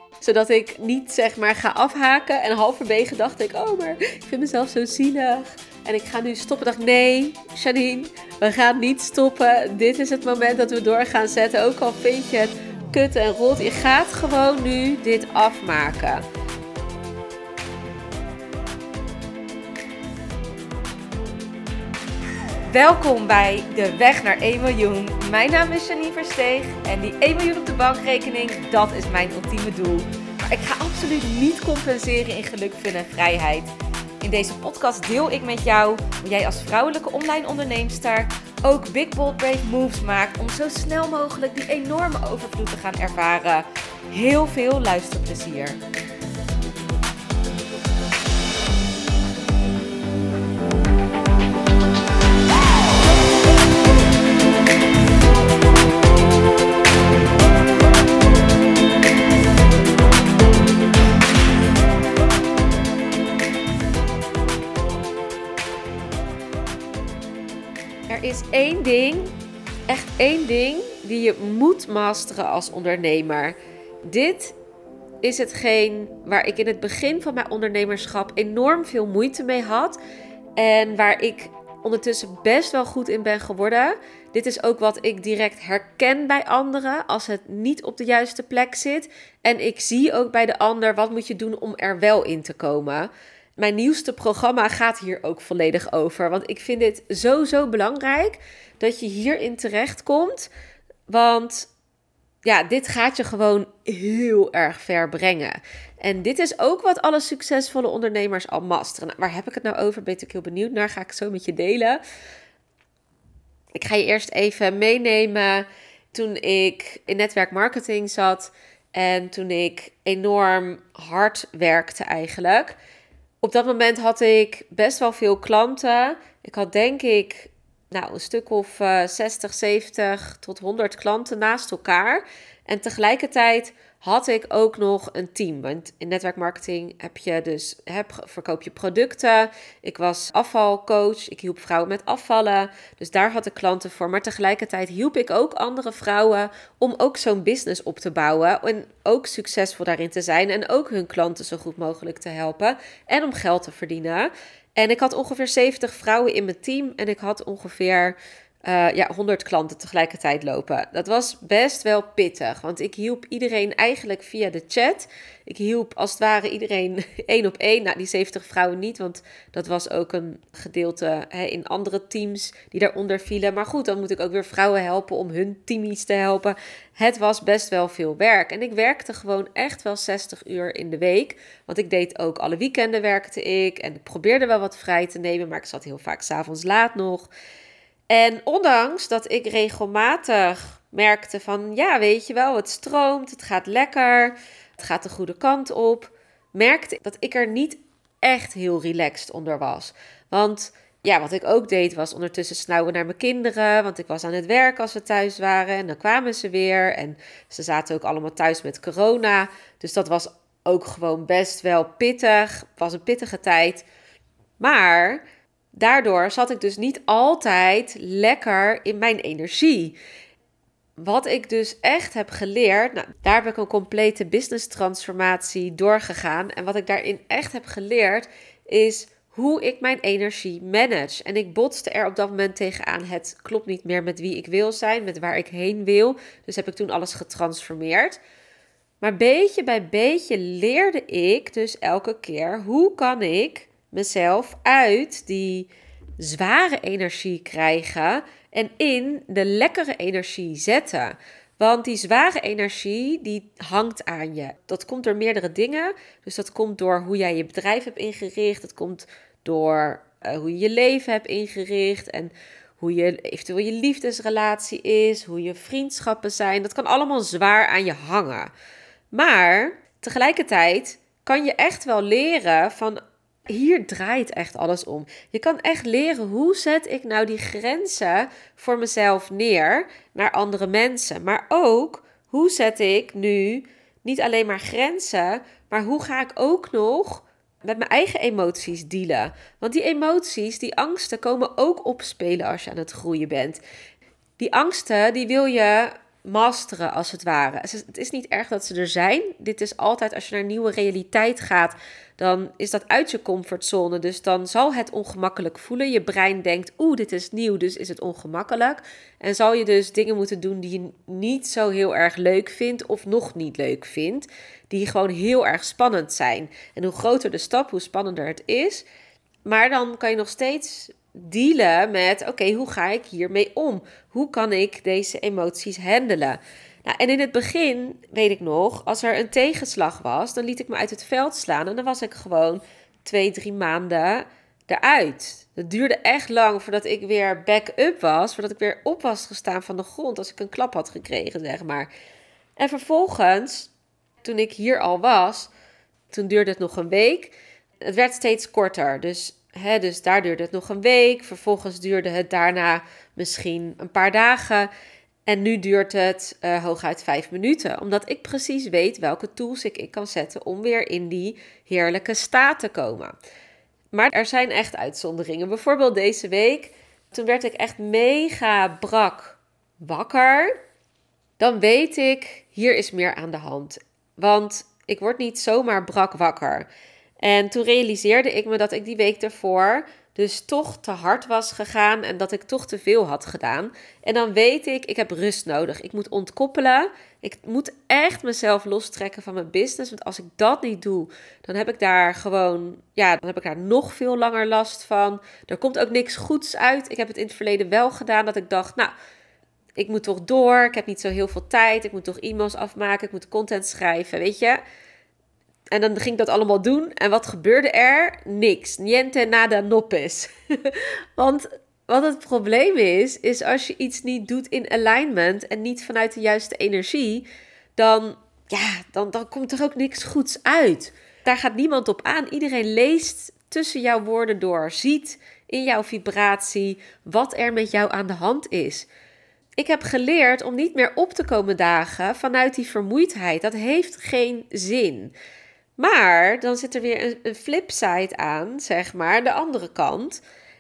Zodat ik niet zeg maar ga afhaken. En halverwege dacht ik, oh maar ik vind mezelf zo zielig. En ik ga nu stoppen. Dacht nee, Janine, we gaan niet stoppen. Dit is het moment dat we door gaan zetten. Ook al vind je het kut en rot. Je gaat gewoon nu dit afmaken. Welkom bij De Weg naar 1 miljoen. Mijn naam is Janine Versteeg en die 1 miljoen op de bankrekening, dat is mijn ultieme doel. Maar ik ga absoluut niet compenseren in geluk, fun en vrijheid. In deze podcast deel ik met jou hoe jij als vrouwelijke online onderneemster ook big, bold, brave moves maakt om zo snel mogelijk die enorme overvloed te gaan ervaren. Heel veel luisterplezier. Er is één ding, echt één ding, die je moet masteren als ondernemer. Dit is hetgeen waar ik in het begin van mijn ondernemerschap enorm veel moeite mee had. En waar ik ondertussen best wel goed in ben geworden. Dit is ook wat ik direct herken bij anderen als het niet op de juiste plek zit. En ik zie ook bij de ander wat moet je doen om er wel in te komen. Mijn nieuwste programma gaat hier ook volledig over. Want ik vind dit zo belangrijk dat je hierin terechtkomt. Want ja, dit gaat je gewoon heel erg ver brengen. En dit is ook wat alle succesvolle ondernemers al masteren. Nou, waar heb ik het nou over? Ben ik heel benieuwd naar. Ga ik zo met je delen. Ik ga je eerst even meenemen toen ik in netwerkmarketing zat. En toen ik enorm hard werkte eigenlijk. Op dat moment had ik best wel veel klanten. Ik had denk ik een stuk of 60, 70 tot 100 klanten naast elkaar. En tegelijkertijd had ik ook nog een team. Want in netwerkmarketing verkoop je producten. Ik was afvalcoach. Ik hielp vrouwen met afvallen. Dus daar had ik klanten voor. Maar tegelijkertijd hielp ik ook andere vrouwen om ook zo'n business op te bouwen. En ook succesvol daarin te zijn. En ook hun klanten zo goed mogelijk te helpen. En om geld te verdienen. En ik had ongeveer 70 vrouwen in mijn team. En ik had ongeveer 100 klanten tegelijkertijd lopen. Dat was best wel pittig. Want ik hielp iedereen eigenlijk via de chat. Ik hielp als het ware iedereen 1 op 1. Nou, die 70 vrouwen niet. Want dat was ook een gedeelte in andere teams die daaronder vielen. Maar goed, dan moet ik ook weer vrouwen helpen om hun teamies te helpen. Het was best wel veel werk. En ik werkte gewoon echt wel 60 uur in de week. Want ik deed ook alle weekenden werkte ik. En ik probeerde wel wat vrij te nemen. Maar ik zat heel vaak 's avonds laat nog. En ondanks dat ik regelmatig merkte van, ja, weet je wel, het stroomt, het gaat lekker, het gaat de goede kant op, merkte ik dat ik er niet echt heel relaxed onder was. Want ja, wat ik ook deed was ondertussen snauwen naar mijn kinderen, want ik was aan het werk als we thuis waren en dan kwamen ze weer en ze zaten ook allemaal thuis met corona. Dus dat was ook gewoon best wel pittig, het was een pittige tijd, maar daardoor zat ik dus niet altijd lekker in mijn energie. Wat ik dus echt heb geleerd, daar heb ik een complete business transformatie doorgegaan. En wat ik daarin echt heb geleerd is hoe ik mijn energie manage. En ik botste er op dat moment tegenaan. Het klopt niet meer met wie ik wil zijn, met waar ik heen wil. Dus heb ik toen alles getransformeerd. Maar beetje bij beetje leerde ik dus elke keer hoe kan ik mezelf uit die zware energie krijgen en in de lekkere energie zetten. Want die zware energie, die hangt aan je. Dat komt door meerdere dingen. Dus dat komt door hoe jij je bedrijf hebt ingericht. Het komt door hoe je je leven hebt ingericht en hoe je eventueel je liefdesrelatie is, hoe je vriendschappen zijn. Dat kan allemaal zwaar aan je hangen. Maar tegelijkertijd kan je echt wel leren van, hier draait echt alles om. Je kan echt leren, hoe zet ik nou die grenzen voor mezelf neer naar andere mensen. Maar ook, hoe zet ik nu niet alleen maar grenzen, maar hoe ga ik ook nog met mijn eigen emoties dealen. Want die emoties, die angsten komen ook opspelen als je aan het groeien bent. Die angsten, die wil je masteren als het ware. Het is niet erg dat ze er zijn. Dit is altijd, als je naar een nieuwe realiteit gaat, dan is dat uit je comfortzone. Dus dan zal het ongemakkelijk voelen. Je brein denkt, dit is nieuw, dus is het ongemakkelijk. En zal je dus dingen moeten doen die je niet zo heel erg leuk vindt of nog niet leuk vindt. Die gewoon heel erg spannend zijn. En hoe groter de stap, hoe spannender het is. Maar dan kan je nog steeds dealen met, oké, hoe ga ik hiermee om? Hoe kan ik deze emoties handelen? Nou, en in het begin, weet ik nog, als er een tegenslag was, dan liet ik me uit het veld slaan. En dan was ik gewoon 2-3 maanden eruit. Het duurde echt lang voordat ik weer back-up was, voordat ik weer op was gestaan van de grond als ik een klap had gekregen, zeg maar. En vervolgens, toen ik hier al was, toen duurde het nog een week. Het werd steeds korter, dus daar duurde het nog een week. Vervolgens duurde het daarna misschien een paar dagen. En nu duurt het hooguit 5 minuten. Omdat ik precies weet welke tools ik kan zetten om weer in die heerlijke staat te komen. Maar er zijn echt uitzonderingen. Bijvoorbeeld deze week. Toen werd ik echt mega brak wakker. Dan weet ik, hier is meer aan de hand. Want ik word niet zomaar brak wakker. En toen realiseerde ik me dat ik die week ervoor dus toch te hard was gegaan en dat ik toch te veel had gedaan. En dan weet ik heb rust nodig. Ik moet ontkoppelen. Ik moet echt mezelf lostrekken van mijn business. Want als ik dat niet doe, dan heb ik daar nog veel langer last van. Er komt ook niks goeds uit. Ik heb het in het verleden wel gedaan dat ik dacht, ik moet toch door. Ik heb niet zo heel veel tijd. Ik moet toch e-mails afmaken. Ik moet content schrijven, weet je. En dan ging ik dat allemaal doen. En wat gebeurde er? Niks. Niente, nada, noppes. Want wat het probleem is als je iets niet doet in alignment en niet vanuit de juiste energie, dan komt er ook niks goeds uit. Daar gaat niemand op aan. Iedereen leest tussen jouw woorden door, ziet in jouw vibratie wat er met jou aan de hand is. Ik heb geleerd om niet meer op te komen dagen vanuit die vermoeidheid. Dat heeft geen zin. Maar dan zit er weer een flipside aan, zeg maar, de andere kant.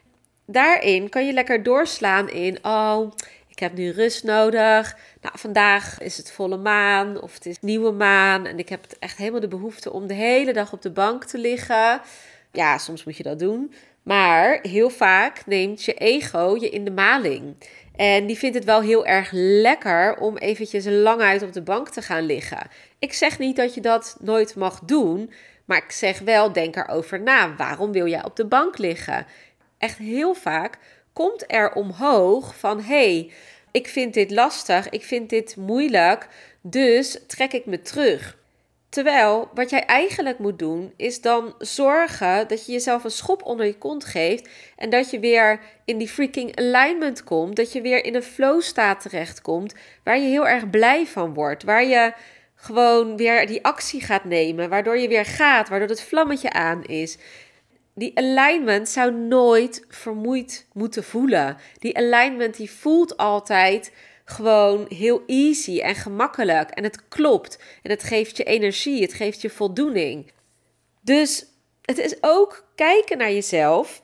Daarin kan je lekker doorslaan in, ik heb nu rust nodig. Nou, vandaag is het volle maan of het is nieuwe maan. En ik heb echt helemaal de behoefte om de hele dag op de bank te liggen. Ja, soms moet je dat doen. Maar heel vaak neemt je ego je in de maling. En die vindt het wel heel erg lekker om eventjes lang uit op de bank te gaan liggen. Ik zeg niet dat je dat nooit mag doen, maar ik zeg wel, denk erover na. Waarom wil jij op de bank liggen? Echt heel vaak komt er omhoog van, ik vind dit lastig, ik vind dit moeilijk, dus trek ik me terug. Terwijl, wat jij eigenlijk moet doen, is dan zorgen dat je jezelf een schop onder je kont geeft en dat je weer in die freaking alignment komt, dat je weer in een flow staat terechtkomt, waar je heel erg blij van wordt, waar je gewoon weer die actie gaat nemen, waardoor je weer gaat, waardoor het vlammetje aan is. Die alignment zou nooit vermoeid moeten voelen. Die alignment die voelt altijd gewoon heel easy en gemakkelijk. En het klopt. En het geeft je energie. Het geeft je voldoening. Dus het is ook kijken naar jezelf.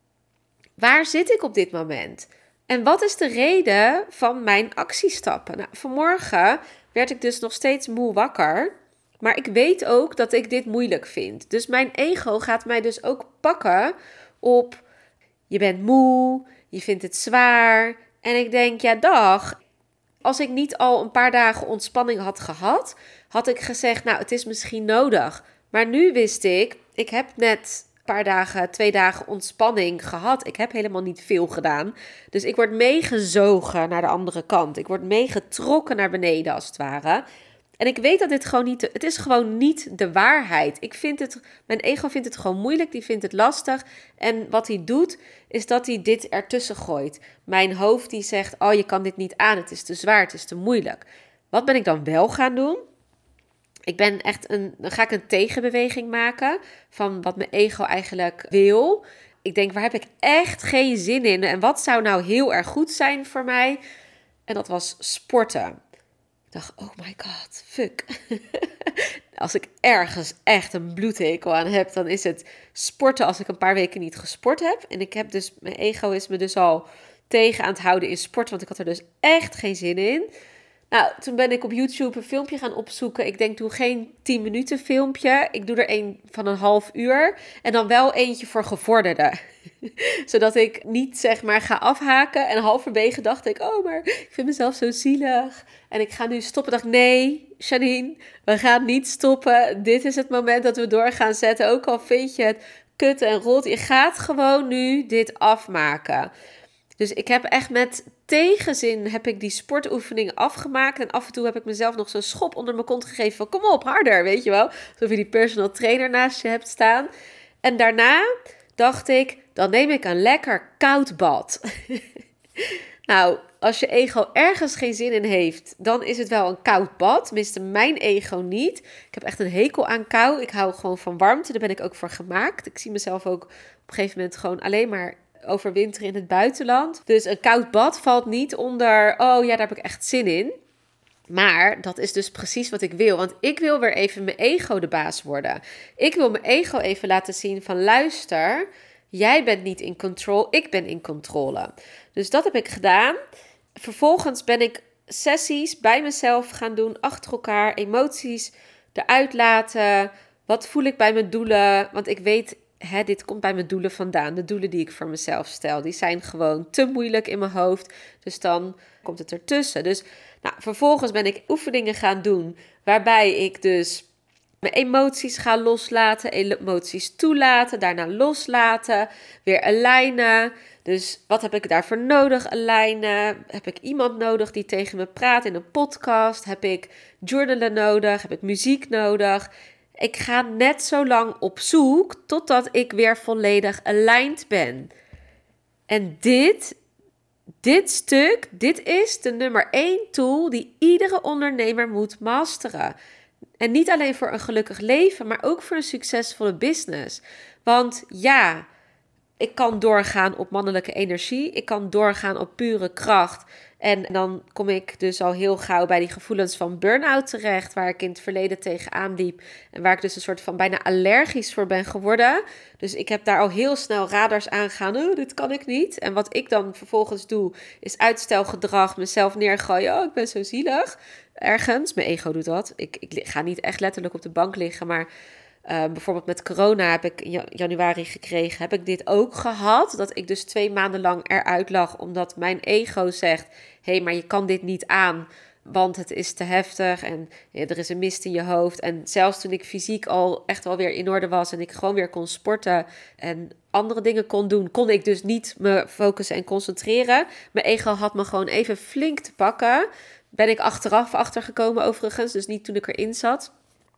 Waar zit ik op dit moment? En wat is de reden van mijn actiestappen? Nou, vanmorgen werd ik dus nog steeds moe wakker. Maar ik weet ook dat ik dit moeilijk vind. Dus mijn ego gaat mij dus ook pakken op, je bent moe, je vindt het zwaar. En ik denk, ja dag, als ik niet al een paar dagen ontspanning had gehad, had ik gezegd, nou het is misschien nodig. Maar nu wist ik heb net een paar dagen, 2 dagen ontspanning gehad. Ik heb helemaal niet veel gedaan. Dus ik word meegezogen naar de andere kant. Ik word meegetrokken naar beneden als het ware. En ik weet dat dit gewoon niet, het is gewoon niet de waarheid. Mijn ego vindt het gewoon moeilijk, die vindt het lastig. En wat hij doet, is dat hij dit ertussen gooit. Mijn hoofd die zegt, je kan dit niet aan, het is te zwaar, het is te moeilijk. Wat ben ik dan wel gaan doen? Dan ga ik een tegenbeweging maken van wat mijn ego eigenlijk wil. Ik denk, waar heb ik echt geen zin in? En wat zou nou heel erg goed zijn voor mij? En dat was sporten. Ik dacht, oh my god, fuck. Als ik ergens echt een bloedhekel aan heb, dan is het sporten als ik een paar weken niet gesport heb. En mijn ego is me dus al tegen aan het houden in sport, want ik had er dus echt geen zin in. Nou, toen ben ik op YouTube een filmpje gaan opzoeken. Ik denk, doe geen 10 minuten filmpje. Ik doe er een van een half uur. En dan wel eentje voor gevorderden. Zodat ik niet zeg maar ga afhaken. En halverwege dacht ik, oh, maar ik vind mezelf zo zielig. En ik ga nu stoppen. Dacht, nee, Janine, we gaan niet stoppen. Dit is het moment dat we door gaan zetten. Ook al vind je het kut en rot. Je gaat gewoon nu dit afmaken. Dus ik heb echt met tegenzin heb ik die sportoefeningen afgemaakt. En af en toe heb ik mezelf nog zo'n schop onder mijn kont gegeven van kom op, harder, weet je wel. Alsof je die personal trainer naast je hebt staan. En daarna dacht ik, dan neem ik een lekker koud bad. Nou, als je ego ergens geen zin in heeft, dan is het wel een koud bad. Tenminste, mijn ego niet. Ik heb echt een hekel aan kou. Ik hou gewoon van warmte. Daar ben ik ook voor gemaakt. Ik zie mezelf ook op een gegeven moment gewoon alleen maar overwinteren in het buitenland. Dus een koud bad valt niet onder, oh ja, daar heb ik echt zin in. Maar dat is dus precies wat ik wil. Want ik wil weer even mijn ego de baas worden. Ik wil mijn ego even laten zien van luister, jij bent niet in control, ik ben in controle. Dus dat heb ik gedaan. Vervolgens ben ik sessies bij mezelf gaan doen, achter elkaar, emoties eruit laten. Wat voel ik bij mijn doelen? Want ik weet, dit komt bij mijn doelen vandaan. De doelen die ik voor mezelf stel, die zijn gewoon te moeilijk in mijn hoofd. Dus dan komt het ertussen. Dus vervolgens ben ik oefeningen gaan doen waarbij ik dus mijn emoties ga loslaten, emoties toelaten, daarna loslaten, weer alignen. Dus wat heb ik daarvoor nodig? Alignen. Heb ik iemand nodig die tegen me praat in een podcast? Heb ik journalen nodig? Heb ik muziek nodig? Ik ga net zo lang op zoek totdat ik weer volledig aligned ben. En dit stuk, dit is de nummer 1 tool die iedere ondernemer moet masteren. En niet alleen voor een gelukkig leven, maar ook voor een succesvolle business. Want ja, ik kan doorgaan op mannelijke energie. Ik kan doorgaan op pure kracht. En dan kom ik dus al heel gauw bij die gevoelens van burn-out terecht, waar ik in het verleden tegenaan liep. En waar ik dus een soort van bijna allergisch voor ben geworden. Dus ik heb daar al heel snel radars aangegaan. Oh, dit kan ik niet. En wat ik dan vervolgens doe, is uitstelgedrag, mezelf neergooien. Oh, ik ben zo zielig. Ergens, mijn ego doet dat. Ik ga niet echt letterlijk op de bank liggen, maar bijvoorbeeld met corona heb ik in januari gekregen, heb ik dit ook gehad. Dat ik dus 2 maanden lang eruit lag, omdat mijn ego zegt, hé, maar je kan dit niet aan, want het is te heftig en ja, er is een mist in je hoofd. En zelfs toen ik fysiek al echt wel weer in orde was en ik gewoon weer kon sporten en andere dingen kon doen, kon ik dus niet me focussen en concentreren. Mijn ego had me gewoon even flink te pakken. Ben ik achteraf achtergekomen overigens, dus niet toen ik erin zat.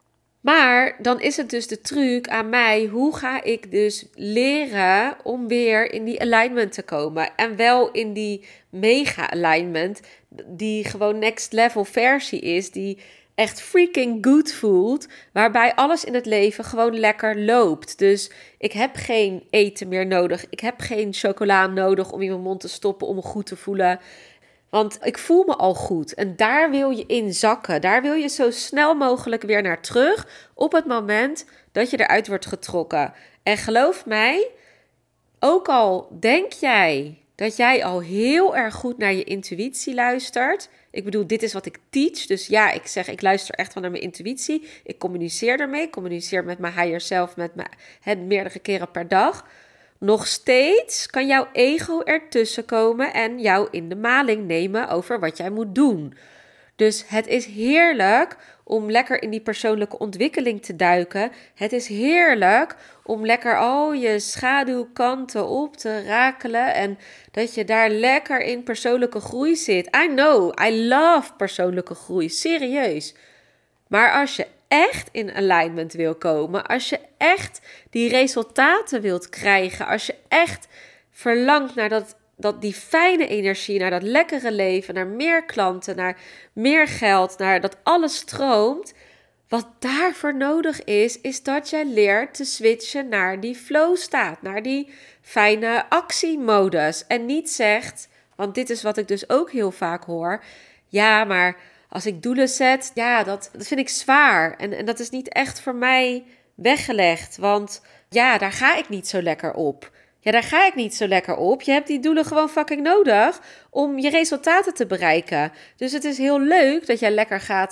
Maar dan is het dus de truc aan mij, hoe ga ik dus leren om weer in die alignment te komen. En wel in die mega alignment, die gewoon next level versie is, die echt freaking good voelt, waarbij alles in het leven gewoon lekker loopt. Dus ik heb geen eten meer nodig, ik heb geen chocola nodig om in mijn mond te stoppen om me goed te voelen. Want ik voel me al goed en daar wil je in zakken. Daar wil je zo snel mogelijk weer naar terug op het moment dat je eruit wordt getrokken. En geloof mij, ook al denk jij dat jij al heel erg goed naar je intuïtie luistert. Ik bedoel, dit is wat ik teach. Dus ja, ik zeg, ik luister echt wel naar mijn intuïtie. Ik communiceer ermee. Ik communiceer met mijn higher self meerdere keren per dag. Nog steeds kan jouw ego ertussen komen en jou in de maling nemen over wat jij moet doen. Dus het is heerlijk om lekker in die persoonlijke ontwikkeling te duiken. Het is heerlijk om lekker al je schaduwkanten op te rakelen en dat je daar lekker in persoonlijke groei zit. I know, I love persoonlijke groei, serieus. Maar als je echt in alignment wil komen, als je echt die resultaten wilt krijgen, als je echt verlangt naar die fijne energie, naar dat lekkere leven, naar meer klanten, naar meer geld, naar dat alles stroomt, wat daarvoor nodig is dat jij leert te switchen naar die flow staat, naar die fijne actiemodus. En niet zegt, want dit is wat ik dus ook heel vaak hoor, ja, maar als ik doelen zet, ja, dat vind ik zwaar. En dat is niet echt voor mij weggelegd. Want ja, daar ga ik niet zo lekker op. Ja, daar ga ik niet zo lekker op. Je hebt die doelen gewoon fucking nodig om je resultaten te bereiken. Dus het is heel leuk dat jij lekker gaat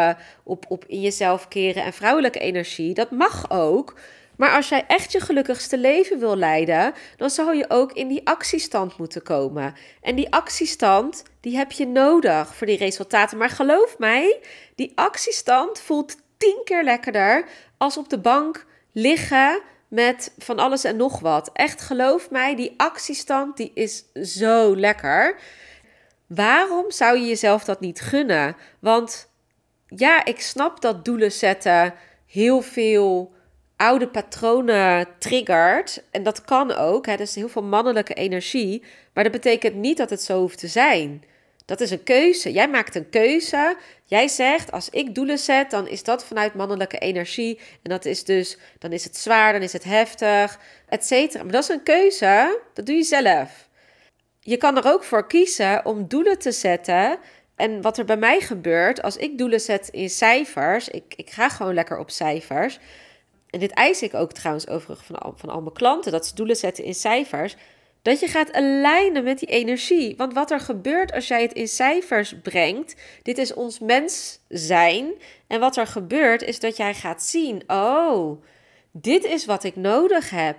op in jezelf keren en vrouwelijke energie. Dat mag ook. Maar als jij echt je gelukkigste leven wil leiden, dan zal je ook in die actiestand moeten komen. En die actiestand, die heb je nodig voor die resultaten. Maar geloof mij, die actiestand voelt 10 keer lekkerder als op de bank liggen met van alles en nog wat. Echt, geloof mij, die actiestand die is zo lekker. Waarom zou je jezelf dat niet gunnen? Want ja, ik snap dat doelen zetten heel veel oude patronen triggert. En dat kan ook. Hè? Dus heel veel mannelijke energie. Maar dat betekent niet dat het zo hoeft te zijn. Dat is een keuze. Jij maakt een keuze. Jij zegt, als ik doelen zet, dan is dat vanuit mannelijke energie. En dat is dus, dan is het zwaar, dan is het heftig, et cetera. Maar dat is een keuze, dat doe je zelf. Je kan er ook voor kiezen om doelen te zetten. En wat er bij mij gebeurt, als ik doelen zet in cijfers, ik ga gewoon lekker op cijfers. En dit eis ik ook trouwens overigens van al mijn klanten, dat ze doelen zetten in cijfers. Dat je gaat alignen met die energie. Want wat er gebeurt als jij het in cijfers brengt, dit is ons mens zijn. En wat er gebeurt is dat jij gaat zien, oh, dit is wat ik nodig heb.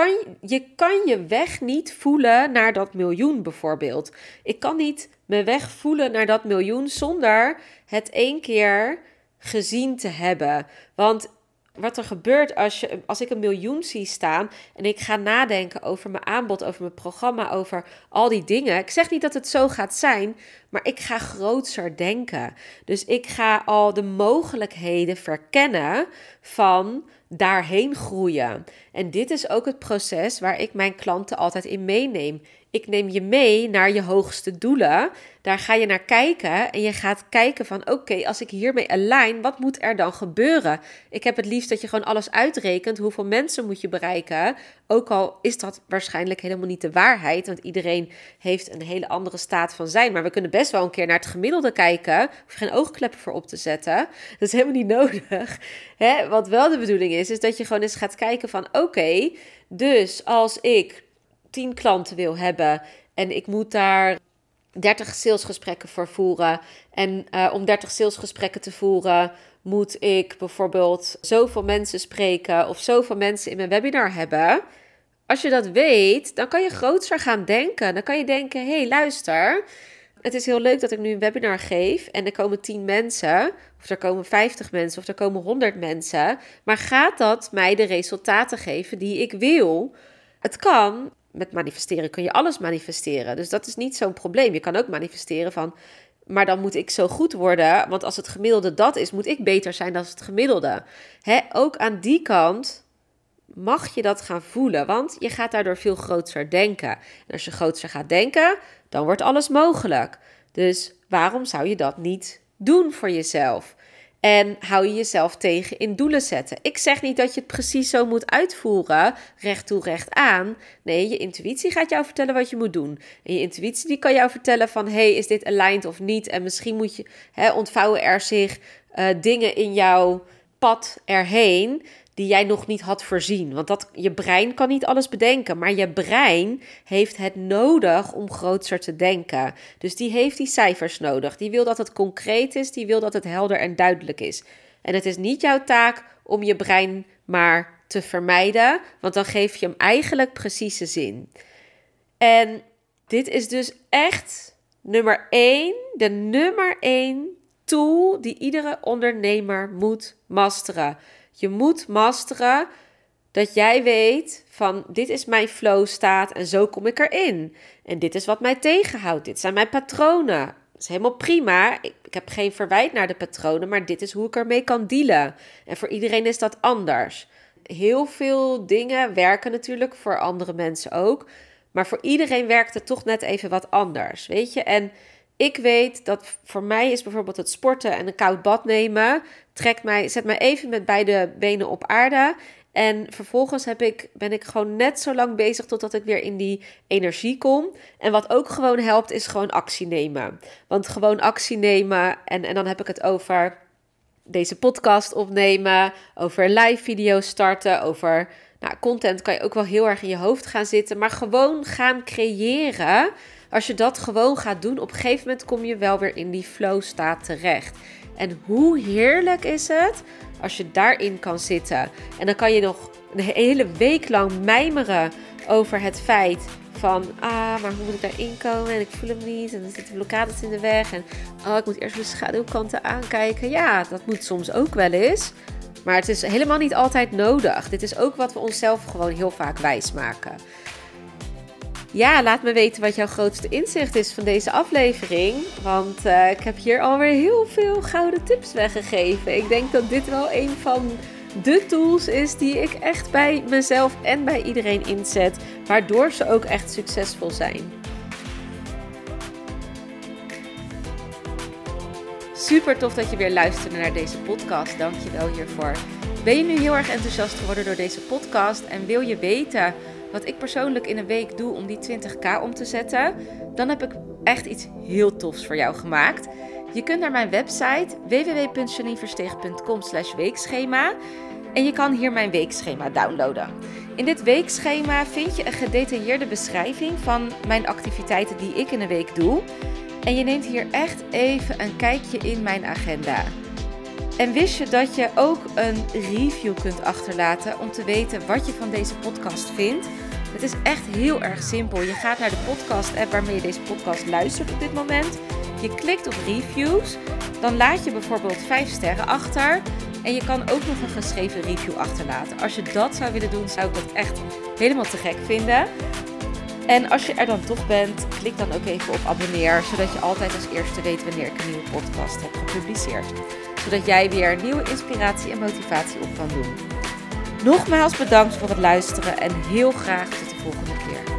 Je kan je weg niet voelen naar dat miljoen bijvoorbeeld. Ik kan niet mijn weg voelen naar dat miljoen zonder het 1 keer gezien te hebben. Want wat er gebeurt als ik een miljoen zie staan en ik ga nadenken over mijn aanbod, over mijn programma, over al die dingen. Ik zeg niet dat het zo gaat zijn, maar ik ga grootser denken. Dus ik ga al de mogelijkheden verkennen van daarheen groeien. En dit is ook het proces waar ik mijn klanten altijd in meeneem. Ik neem je mee naar je hoogste doelen. Daar ga je naar kijken en je gaat kijken van oké, als ik hiermee align, wat moet er dan gebeuren? Ik heb het liefst dat je gewoon alles uitrekent. Hoeveel mensen moet je bereiken? Ook al is dat waarschijnlijk helemaal niet de waarheid, want iedereen heeft een hele andere staat van zijn. Maar we kunnen best wel een keer naar het gemiddelde kijken. Hoef je geen oogkleppen voor op te zetten. Dat is helemaal niet nodig. Hè? Wat wel de bedoeling is dat je gewoon eens gaat kijken van oké, dus als ik 10 klanten wil hebben en ik moet daar 30 salesgesprekken voor voeren. En om 30 salesgesprekken te voeren moet ik bijvoorbeeld zoveel mensen spreken of zoveel mensen in mijn webinar hebben. Als je dat weet, dan kan je groter gaan denken. Dan kan je denken, hé, luister, het is heel leuk dat ik nu een webinar geef en er komen 10 mensen, of er komen 50 mensen, of er komen 100 mensen. Maar gaat dat mij de resultaten geven die ik wil? Het kan. Met manifesteren kun je alles manifesteren. Dus dat is niet zo'n probleem. Je kan ook manifesteren van, maar dan moet ik zo goed worden. Want als het gemiddelde dat is, moet ik beter zijn dan het gemiddelde. Ook aan die kant mag je dat gaan voelen. Want je gaat daardoor veel groter denken. En als je groter gaat denken, dan wordt alles mogelijk. Dus waarom zou je dat niet doen voor jezelf? En hou je jezelf tegen in doelen zetten. Ik zeg niet dat je het precies zo moet uitvoeren, recht toe, recht aan. Nee, je intuïtie gaat jou vertellen wat je moet doen. En je intuïtie die kan jou vertellen van, hey, is dit aligned of niet? En misschien moet je, ontvouwen er zich dingen in jouw pad erheen die jij nog niet had voorzien. Want je brein kan niet alles bedenken, maar je brein heeft het nodig om groter te denken. Dus die heeft die cijfers nodig. Die wil dat het concreet is, die wil dat het helder en duidelijk is. En het is niet jouw taak om je brein maar te vermijden, want dan geef je hem eigenlijk precieze zin. En dit is dus echt de nummer 1 tool die iedere ondernemer moet masteren. Je moet masteren dat jij weet van, dit is mijn flow staat en zo kom ik erin. En dit is wat mij tegenhoudt. Dit zijn mijn patronen. Dat is helemaal prima. Ik heb geen verwijt naar de patronen, maar dit is hoe ik ermee kan dealen. En voor iedereen is dat anders. Heel veel dingen werken natuurlijk voor andere mensen ook. Maar voor iedereen werkt het toch net even wat anders, weet je. En ik weet dat voor mij is bijvoorbeeld het sporten en een koud bad nemen, zet mij even met beide benen op aarde. En vervolgens ben ik gewoon net zo lang bezig totdat ik weer in die energie kom. En wat ook gewoon helpt, is gewoon actie nemen. Want gewoon actie nemen, en dan heb ik het over deze podcast opnemen, over live video's starten, over Nou, content kan je ook wel heel erg in je hoofd gaan zitten, maar gewoon gaan creëren. Als je dat gewoon gaat doen, op een gegeven moment kom je wel weer in die flow staat terecht. En hoe heerlijk is het als je daarin kan zitten. En dan kan je nog een hele week lang mijmeren over het feit van, maar hoe moet ik daarin komen? En ik voel hem niet. En er zitten blokkades in de weg. En ik moet eerst mijn schaduwkanten aankijken. Ja, dat moet soms ook wel eens. Maar het is helemaal niet altijd nodig. Dit is ook wat we onszelf gewoon heel vaak wijsmaken. Ja, laat me weten wat jouw grootste inzicht is van deze aflevering. Want ik heb hier alweer heel veel gouden tips weggegeven. Ik denk dat dit wel een van de tools is die ik echt bij mezelf en bij iedereen inzet. Waardoor ze ook echt succesvol zijn. Super tof dat je weer luisterde naar deze podcast. Dank je wel hiervoor. Ben je nu heel erg enthousiast geworden door deze podcast en wil je weten wat ik persoonlijk in een week doe om die 20k om te zetten? Dan heb ik echt iets heel tofs voor jou gemaakt. Je kunt naar mijn website www.janineversteeg.com/weekschema en je kan hier mijn weekschema downloaden. In dit weekschema vind je een gedetailleerde beschrijving van mijn activiteiten die ik in een week doe. En je neemt hier echt even een kijkje in mijn agenda. En wist je dat je ook een review kunt achterlaten om te weten wat je van deze podcast vindt? Het is echt heel erg simpel. Je gaat naar de podcast-app waarmee je deze podcast luistert op dit moment. Je klikt op reviews. Dan laat je bijvoorbeeld 5 sterren achter. En je kan ook nog een geschreven review achterlaten. Als je dat zou willen doen, zou ik dat echt helemaal te gek vinden. En als je er dan toch bent, klik dan ook even op abonneer. Zodat je altijd als eerste weet wanneer ik een nieuwe podcast heb gepubliceerd. Zodat jij weer nieuwe inspiratie en motivatie op kan doen. Nogmaals bedankt voor het luisteren en heel graag tot de volgende keer.